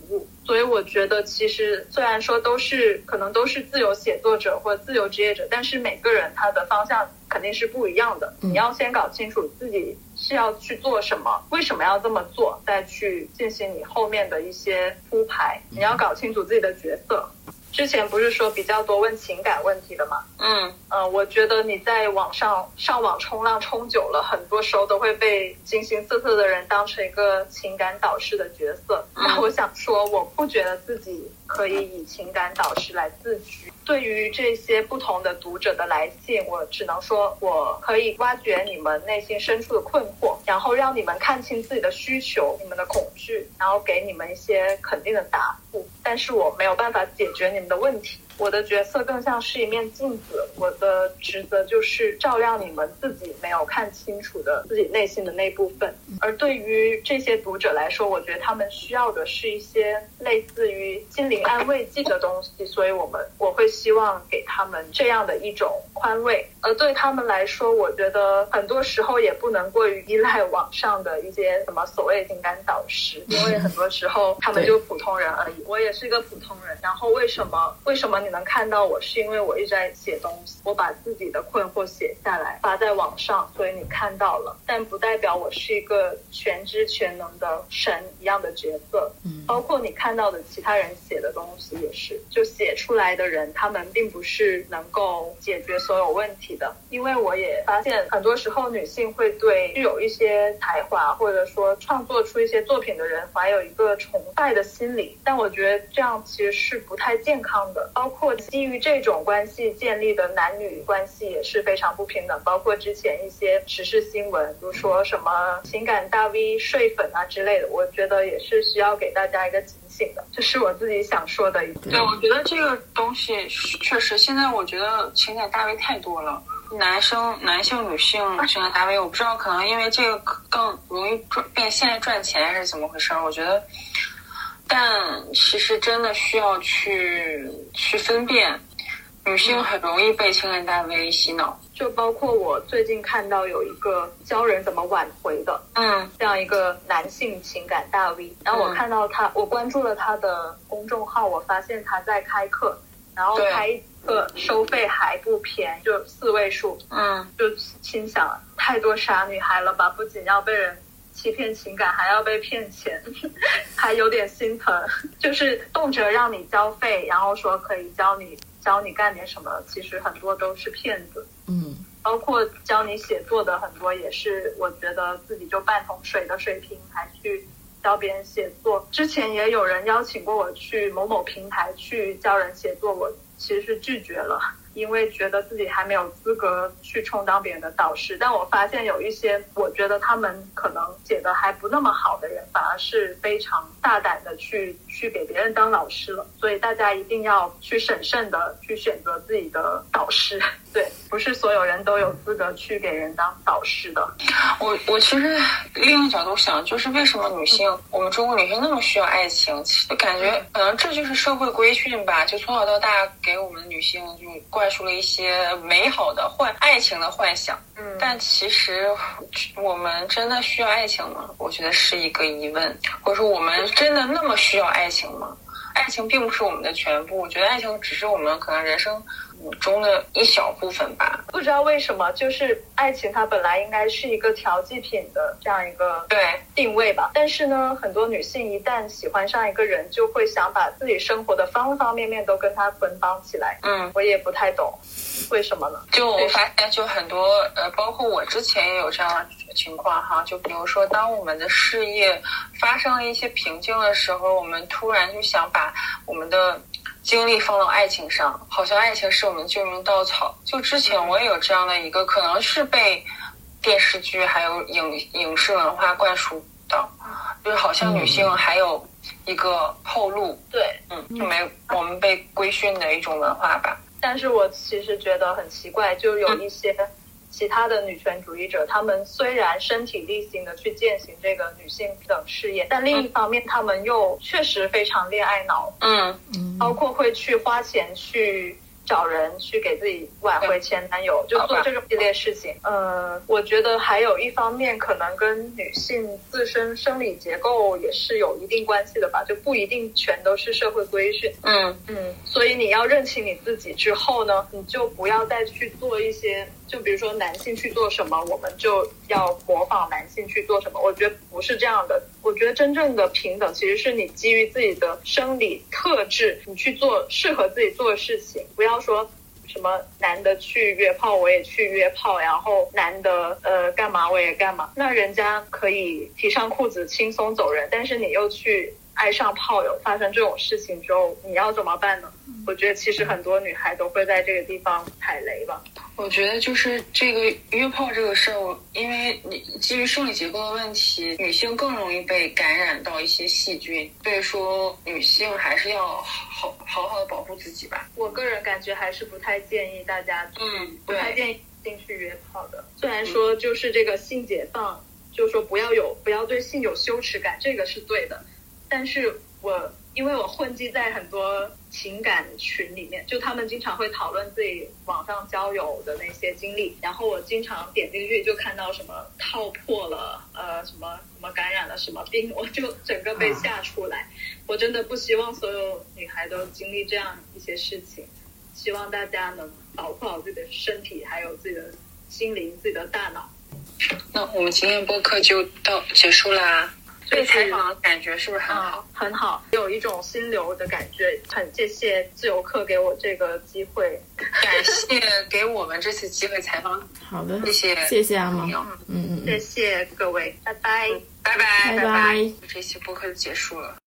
务。所以我觉得其实虽然说都是可能都是自由写作者或自由职业者，但是每个人他的方向肯定是不一样的。你要先搞清楚自己是要去做什么，为什么要这么做，再去进行你后面的一些铺排。你要搞清楚自己的角色。之前不是说比较多问情感问题的吗？ 嗯呃，我觉得你在网上上网冲浪冲久了，很多时候都会被形形色色的人当成一个情感导师的角色。那、嗯、我想说，我不觉得自己可以以情感导师来自居。对于这些不同的读者的来信，我只能说我可以挖掘你们内心深处的困惑，然后让你们看清自己的需求、你们的恐惧，然后给你们一些肯定的答复。但是我没有办法解决你们的问题。我的角色更像是一面镜子，我的职责就是照亮你们自己没有看清楚的自己内心的那部分。而对于这些读者来说，我觉得他们需要的是一些类似于心灵安慰剂的东西，所以我们我会希望给他们这样的一种宽慰。而对他们来说，我觉得很多时候也不能过于依赖网上的一些什么所谓情感导师，因为很多时候他们就普通人而已。我也是一个普通人，然后为什么为什么你能看到我，是因为我一直在写东西，我把自己的困惑写下来发在网上，所以你看到了，但不代表我是一个全知全能的神一样的角色。嗯，包括你看到的其他人写的东西也是，就写出来的人他们并不是能够解决所有问题的。因为我也发现很多时候女性会对具有一些才华或者说创作出一些作品的人怀有一个崇拜的心理，但我觉得这样其实是不太健康的。包括基于这种关系建立的男女关系也是非常不平等，包括之前一些时事新闻，比如说什么情感大 V 睡粉啊之类的，我觉得也是需要给大家一个警醒的，这是我自己想说的一点。 对，我觉得这个东西确实，现在我觉得情感大 V 太多了，男生、男性、女性情感大 V， 我不知道，可能因为这个更容易赚变现在赚钱还是怎么回事，我觉得。但其实真的需要去去分辨，女性很容易被情感大 V 洗脑。 就包括我最近看到有一个教人怎么挽回的，嗯，这样一个男性情感大 V， 然后我看到他，我关注了他的公众号，我发现他在开课，然后开一课收费还不便宜，就四位数，嗯，就心想太多傻女孩了吧，不仅要被人欺骗情感，还要被骗钱，还有点心疼。就是动辄让你交费，然后说可以教你教你干点什么，其实很多都是骗子。嗯，包括教你写作的很多也是，我觉得自己就半桶水的水平，还去教别人写作。之前也有人邀请过我去某某平台去教人写作，我其实是拒绝了。因为觉得自己还没有资格去充当别人的导师，但我发现有一些我觉得他们可能写的还不那么好的人，反而是非常大胆的去去给别人当老师了。所以大家一定要去审慎的去选择自己的导师，对，不是所有人都有资格去给人当导师的。 我我其实另一个角度想，就是为什么女性、嗯、我们中国女性那么需要爱情，就感觉可能这就是社会规训吧，就从小到大给我们女性就灌输了一些美好的幻爱情的幻想。嗯，但其实我们真的需要爱情吗？我觉得是一个疑问，或者说我们真的那么需要爱情吗？爱情并不是我们的全部，我觉得爱情只是我们可能人生中的一小部分吧。 不知道为什么，就是爱情它本来应该是一个调剂品的这样一个对定位吧，但是呢，很多女性一旦喜欢上一个人，就会想把自己生活的方方面面都跟他捆绑起来。嗯，我也不太懂为什么呢？ 就我发现，就很多呃，包括我之前也有这样的情况哈。就比如说，当我们的事业发生了一些瓶颈的时候，我们突然就想把我们的精力放到爱情上，好像爱情是我们救命稻草。就之前我也有这样的一个，可能是被电视剧还有影影视文化灌输的，就是好像女性还有一个后路。 对， 嗯，就没我们被规训的一种文化吧。 但是我其实觉得很奇怪，就有一些其他的女权主义者，他们虽然身体力行的去践行这个女性平等事业，但另一方面他们又确实非常恋爱脑。嗯，包括会去花钱去找人去给自己挽回前男友，就做这种系列事情。呃，我觉得还有一方面可能跟女性自身生理结构也是有一定关系的吧，就不一定全都是社会规训。 嗯嗯，所以你要认清你自己之后呢，你就不要再去做一些，就比如说男性去做什么，我们就要模仿男性去做什么。我觉得不是这样的，我觉得真正的平等其实是你基于自己的生理特质，你去做适合自己做的事情，不要说什么男的去约炮我也去约炮，然后男的呃干嘛我也干嘛，那人家可以提上裤子轻松走人，但是你又去爱上炮友，发生这种事情之后你要怎么办呢？我觉得其实很多女孩都会在这个地方踩雷吧。 我觉得就是这个约炮这个事儿，因为你基于生理结构的问题，女性更容易被感染到一些细菌，所以说女性还是要好好好的保护自己吧。 我个人感觉还是不太建议大家去， 嗯， 不太建议进去约炮的。虽然说就是这个性解放，就是说不要有不要对性有羞耻感，这个是对的。但是我因为我混迹在很多情感群里面，就他们经常会讨论自己网上交友的那些经历，然后我经常点进去就看到什么套破了，呃，什么什么感染了什么病，我就整个被吓出来。我真的不希望所有女孩都经历这样一些事情，希望大家能保护好自己的身体，还有自己的心灵、自己的大脑。 那我们今天播客就到结束啦。对采访的感觉是不是很好？ 嗯、很好，有一种心流的感觉。很谢谢自由课给我这个机会， 感谢给我们这次机会采访。 好的， 谢谢， 谢谢阿毛。 嗯嗯嗯， 谢谢各位，拜拜， 拜拜， 拜拜。 这期播客就结束了。